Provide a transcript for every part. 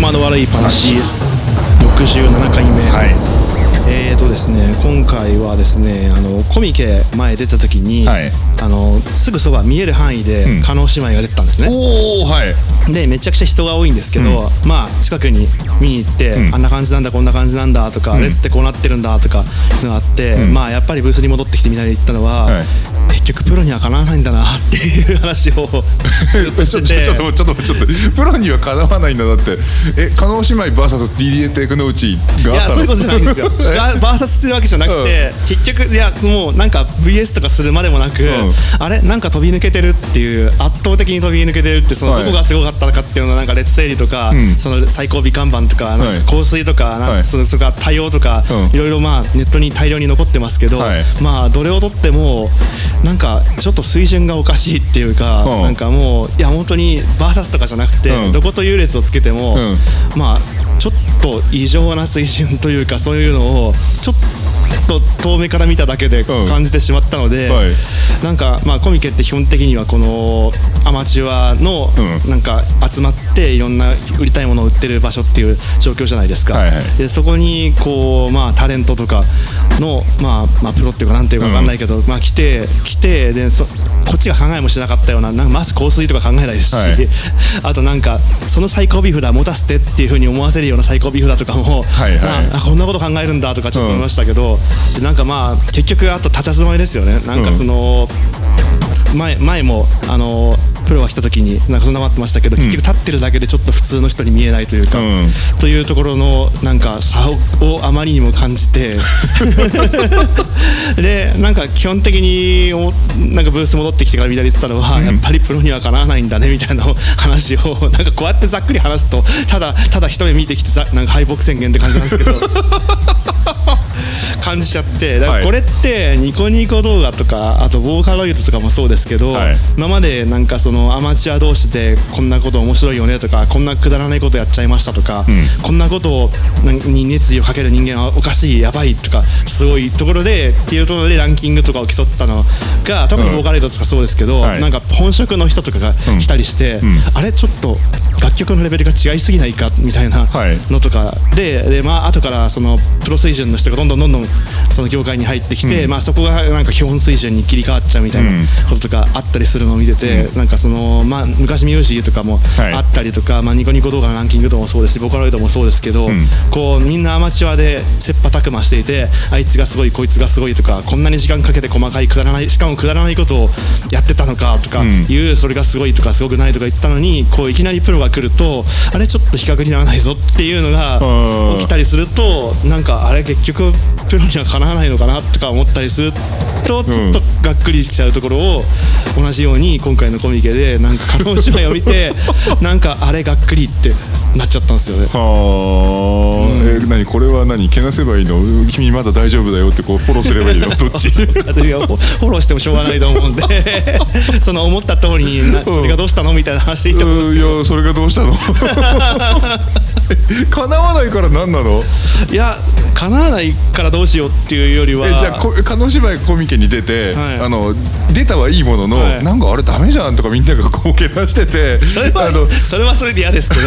頭の悪い話67回目、 はい。 ですね、今回はですね、コミケ前出た時に、 はい、 すぐそば見える範囲で加納姉妹が出てたんですね。 おー、はい。 でめちゃくちゃ人が多いんですけど、まあ近くに見に行って、あんな感じなんだこんな感じなんだとか、列ってこうなってるんだとかいうのがあって、まあやっぱりブースに戻ってきてみんなで言ったのは、結局プロにはかなわないんだなっていう話をずっとしててちょっとプロにはかなわないんだ。だって加納姉妹 VS DDA テクノウチがあったの？ いやそういうことじゃないんですよバーサスしてるわけじゃなくて、結局いやもうなんか VS とかするまでもなく、あれなんか飛び抜けてるっていう、圧倒的に飛び抜けてるって、そのどこがすごかったかっていうのをなんか列整理とか、その最後尾看板とか、なんか香水とか、なんかそれから対応とか、いろいろまあネットに大量に残ってますけど、まあどれをとってもなんかちょっと水準がおかしいっていうか、なんかもういや本当にバーサスとかじゃなくて、どこと優劣をつけても、まあちょっと異常な水準というか、そういうのをちょっと遠目から見ただけで感じてしまったので、なんかまあコミケって基本的にはこのアマチュアのなんか集まっていろんな売りたいものを売ってる場所っていう状況じゃないですか。でそこにこうまあタレントとかのまあプロっていうかなんていうか分かんないけど、まあ来てでこっちが考えもしなかったような、なんかまず香水とか考えないですし、あとなんかその最後尾札持たせてっていうふうに思わせるような最後尾札とかも、こんなこと考えるんだとかちょっと思いましたけど、なんかまあ結局あと佇まいですよね。なんかその前もプロが来た時になんかそんな待ってましたけど、結局立ってるだけでちょっと普通の人に見えないというか、というところのなんか差をあまりにも感じてでなんか基本的になんかブース戻ってきてからみんなで言ってたのは、やっぱりプロにはかなわないんだねみたいな話をなんかこうやってざっくり話すとただ一目見てきてなんか敗北宣言って感じなんですけど感じちゃって、だからこれってニコニコ動画とかあとボーカロイドとかもそうですけど、今までなんかそのアマチュア同士でこんなこと面白いよねとか、こんなくだらないことやっちゃいましたとか、こんなことに熱意をかける人間はおかしいやばいとかすごいところでっていうところでランキングとかを競ってたのが、特にボーカロイドとかそうですけど、なんか本職の人とかが来たりして、あれちょっと楽曲のレベルが違いすぎないかみたいなのとかでまあ後からそのプロ水準の人がどんどんその業界に入ってきて、まあそこがなんか基本水準に切り替わっちゃうみたいなこととかあったりするのを見てて、なんかそのまあ昔ミュージーとかもあったりとか、まあニコニコ動画のランキングとかもそうですし、ボカロイドもそうですけど、こうみんなアマチュアで切羽琢磨していて、あいつがすごいこいつがすごいとか、こんなに時間かけて細かいくだらない、しかもくだらないことをやってたのかとかいう、それがすごいとかすごくないとか言ったのに、こういきなりプロが来るとあれちょっと比較にならないぞっていうのが起きたりすると、なんかあれ結局プロにはかなわないのかなとか思ったりすると、ちょっとがっくりしちゃうところを同じように今回のコミケでなんか加納姉妹を見てなんかあれがっくりってなっちゃったんですよね。 何これは何けなせばいいの？君まだ大丈夫だよってこうフォローすればいいの？どっち？ 私がフォローしてもしょうがないと思うんでその思った通りにそれがどうしたのみたいな話でいいと思うんですけど、 いやそれがどうしたの？叶わないから何なの？ いや叶わないからどうしようっていうよりは、 じゃあ加納姉妹コミケに出て、出たはいいものの、なんかあれダメじゃんとかみんながこうけなしてて、 それはそれで嫌ですけど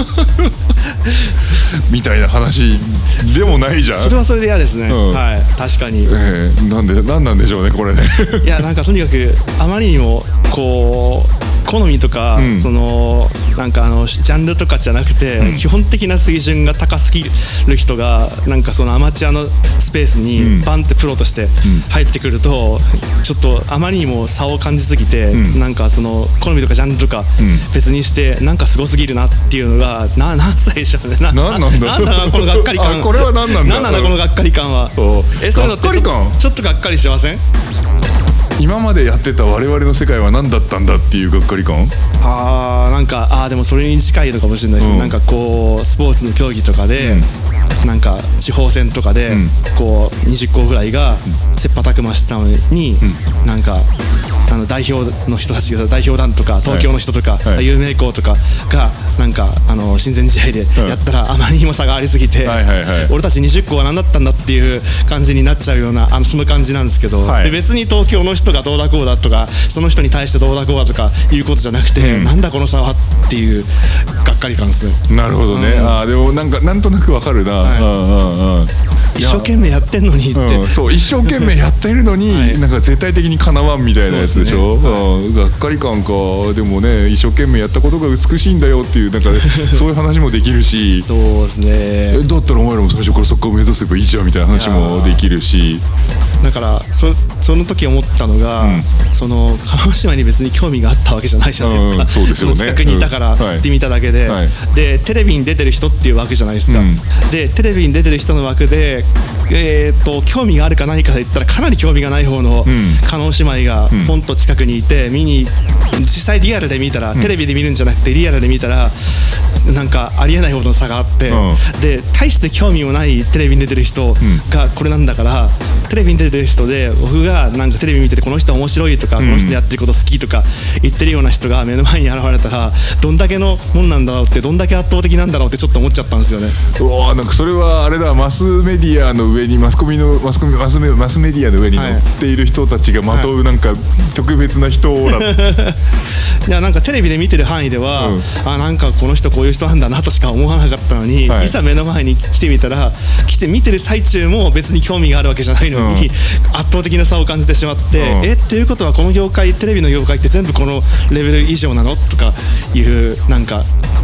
みたいな話でもないじゃん。 それはそれで嫌ですね、はい、確かに、 なんなんでしょうねこれねいやなんかとにかくあまりにもこう好みとか、そのなんかジャンルとかじゃなくて、基本的な水準が高すぎる人がなんかそのアマチュアのスペースにバンってプロとして入ってくると、ちょっとあまりにも差を感じすぎて、なんかその好みとかジャンルとか別にしてなんかすごすぎるなっていうのが何歳でしょうね。なんだこのがっかり感。 これは何なんだ。 なんだこのがっかり感は。そういうのってちょっとがっかりしません？ 今までやってた我々の世界は何だったんだっていうがっかり感。 なんかでもそれに近いのかもしれないです、なんかこうスポーツの競技とかで、なんか地方戦とかで、こう20校ぐらいが切羽琢磨したのに、なんか代表の人たちが代表団とか東京の人とか、有名校とかがなんか親善試合でやったら、あまりにも差がありすぎて、俺たち20校は何だったんだっていう感じになっちゃうようなその感じなんですけど、で別に東京の人がどうだこうだとかその人に対してどうだこうだとかいうことじゃなくて、なんだこの差はっていうがっっかり感ですよ。 なるほどね、でもなんとなくわかるな、 一生懸命やってんのにって、 そう一生懸命やってるのに、なんか絶対的にかなわんみたいなやつでしょ。がっかり感か。でもね、一生懸命やったことが美しいんだよっていう、なんかそういう話もできるしそうですね。 だったらお前らも最初からそこを目指せばいいじゃんみたいな話もできるし、 だからその時思ったのが、その叶姉妹に別に興味があったわけじゃないじゃないですか、 そうですよね。 その近くにいたからって見ただけで、でテレビに出てる人っていう枠じゃないですか、でテレビに出てる人の枠で、興味があるかないかで言ったらかなり興味がない方の叶姉妹がポンと近くにいて、実際リアルで見たら、テレビで見るんじゃなくてリアルで見たらなんかありえないほどの差があって、で大して興味もないテレビに出てる人がこれなんだから、テレビに出てる人で僕がなんかテレビ見ててこの人面白いとか、この人やってること好きとか言ってるような人が目の前に現れたらどんだけのもんなんだろうって、どんだけ圧倒的なんだろうってちょっと思っちゃったんですよね。 うわ、なんかそれはあれだ、マスメディアの上にマスメディアの上に乗っている人たちがまとうなんか特別な人ら、 いやなんかテレビで見てる範囲では、なんかこの人こういう人なんだなとしか思わなかったのに、いざ目の前に来てみたら、見てる最中も別に興味があるわけじゃないのに、圧倒的な差を感じてしまって、っていうことはこの業界、テレビの業界って全部このレベル以上なのとかいうなんか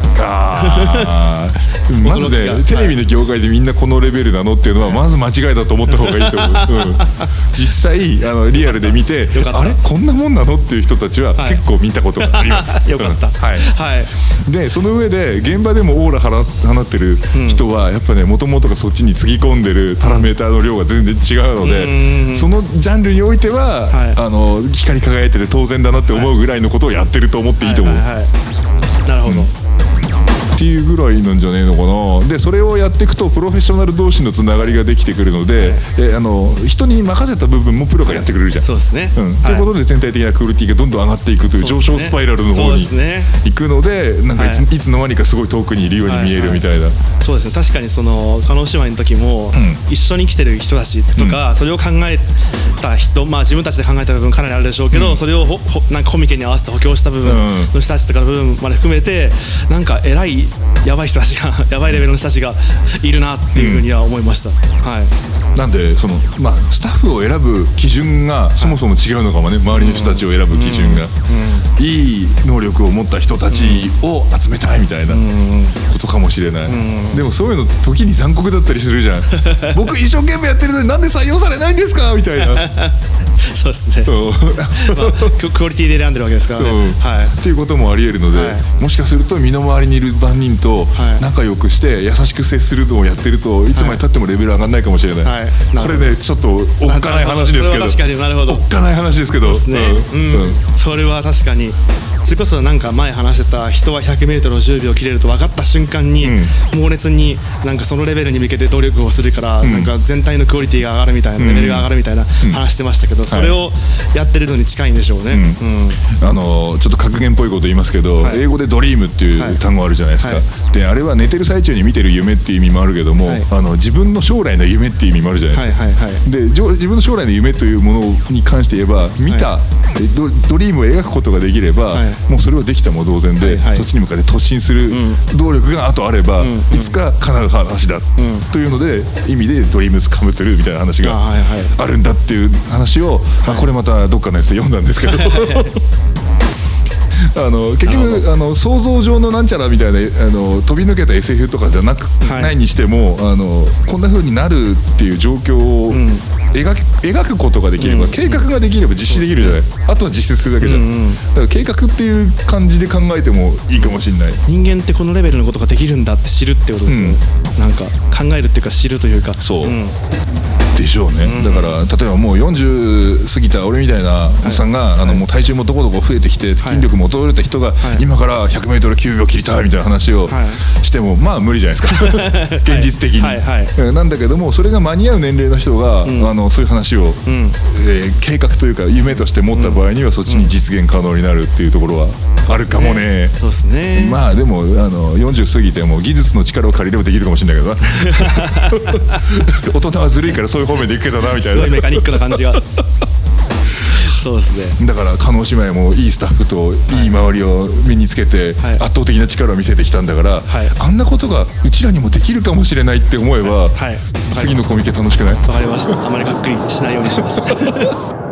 まずね、テレビの業界でみんなこのレベルなのっていうのはまず間違いだと思った方がいいと思う。実際リアルで見て、あれこんなもんなのっていう人たちは結構見たことがあります。 よかった。 でその上で現場でもオーラ放ってる人はやっぱね、もともとがそっちにつぎ込んでるパラメーターの量が全然違うので、そのジャンルにおいては光り輝いてて当然だなって思うぐらいのことをやってると思っていいと思う。 なるほど。 っていうぐらいなんじゃねえのかな。でそれをやっていくとプロフェッショナル同士のつながりができてくるので、人に任せた部分もプロがやってくれるじゃん。 そうですね。 ということで全体的なクオリティがどんどん上がっていくという上昇スパイラルの方に行くので、なんかいつの間にかすごい遠くにいるように見えるみたいな。 そうですね。確かにその叶姉妹の時も一緒に来てる人たちとか、それを考えた人、自分たちで考えた部分かなりあるでしょうけど、それをなんかコミケに合わせて補強した部分の人たちとかの部分まで含めて、なんか偉いやばい人たちがやばいレベルの人たちがいるなっていうふうには思いました。 なんでスタッフを選ぶ基準がそもそも違うのかもね。周りの人たちを選ぶ基準が、いい能力を持った人たちを集めたいみたいなことかもしれない。でもそういうの時に残酷だったりするじゃん。僕一生懸命やってるのになんで採用されないんですかみたいな。 そうですね。クオリティで選んでるわけですからね。 っていうこともありえるので、もしかすると身の回りにいる万人と仲良くして優しく接するのをやってると、いつまでたってもレベル上がらないかもしれない。これね、ちょっとおっかない話ですけど、おっかない話ですけど、 それは確かに。それこそなんか前話してた人は 100m を10秒切れると分かった瞬間に猛烈になんかそのレベルに向けて努力をするから、なんか全体のクオリティが上がるみたいな、レベルが上がるみたいな話してましたけど、それをやってるのに近いんでしょうね。 ちょっと格言っぽいこと言いますけど、英語でドリームっていう単語あるじゃないですか。であれは寝てる最中に見てる夢っていう意味もあるけども、自分の将来の夢っていう意味もあるじゃないですか。で自分の将来の夢というものに関して言えば、見たドリームを描くことができれば、もうそれはできたも同然で、そっちに向かって突進する動力があとあれば、いつか叶う話だというので意味でドリームスカムトゥルーみたいな話があるんだっていう話を、これまたどっかのやつで読んだんですけど結局想像上のなんちゃらみたいな飛び抜けた SF とかじゃないにしても、こんな風になるっていう状況を描くことができれば、計画ができれば実施できるじゃない。あとは実施するだけじゃん。だから計画っていう感じで考えてもいいかもしれない。 人間ってこのレベルのことができるんだって知るってことですよね。なんか考えるっていうか知るというか。 そうでしょうね。だから例えばもう40過ぎた俺みたいなおっさんがもう体重もどこどこ増えてきて筋力も衰えた人が今から 100m9 秒切りたいみたいな話をしてもまあ無理じゃないですか現実的に。なんだけども、それが間に合う年齢の人がそういう話を計画というか夢として持った場合には、そっちに実現可能になるっていうところはあるかもね。 そうですね。 まあでも40過ぎても技術の力を借りればできるかもしれないけどな大人はずるいからそういう方面でいくけどなみたいな、 すごいメカニックな感じがそうですね。 だから叶姉妹もいいスタッフといい周りを身につけて圧倒的な力を見せてきたんだから、あんなことがうちらにもできるかもしれないって思えば、次のコミケ楽しくない？ わかりました。あまりがっくりしないようにします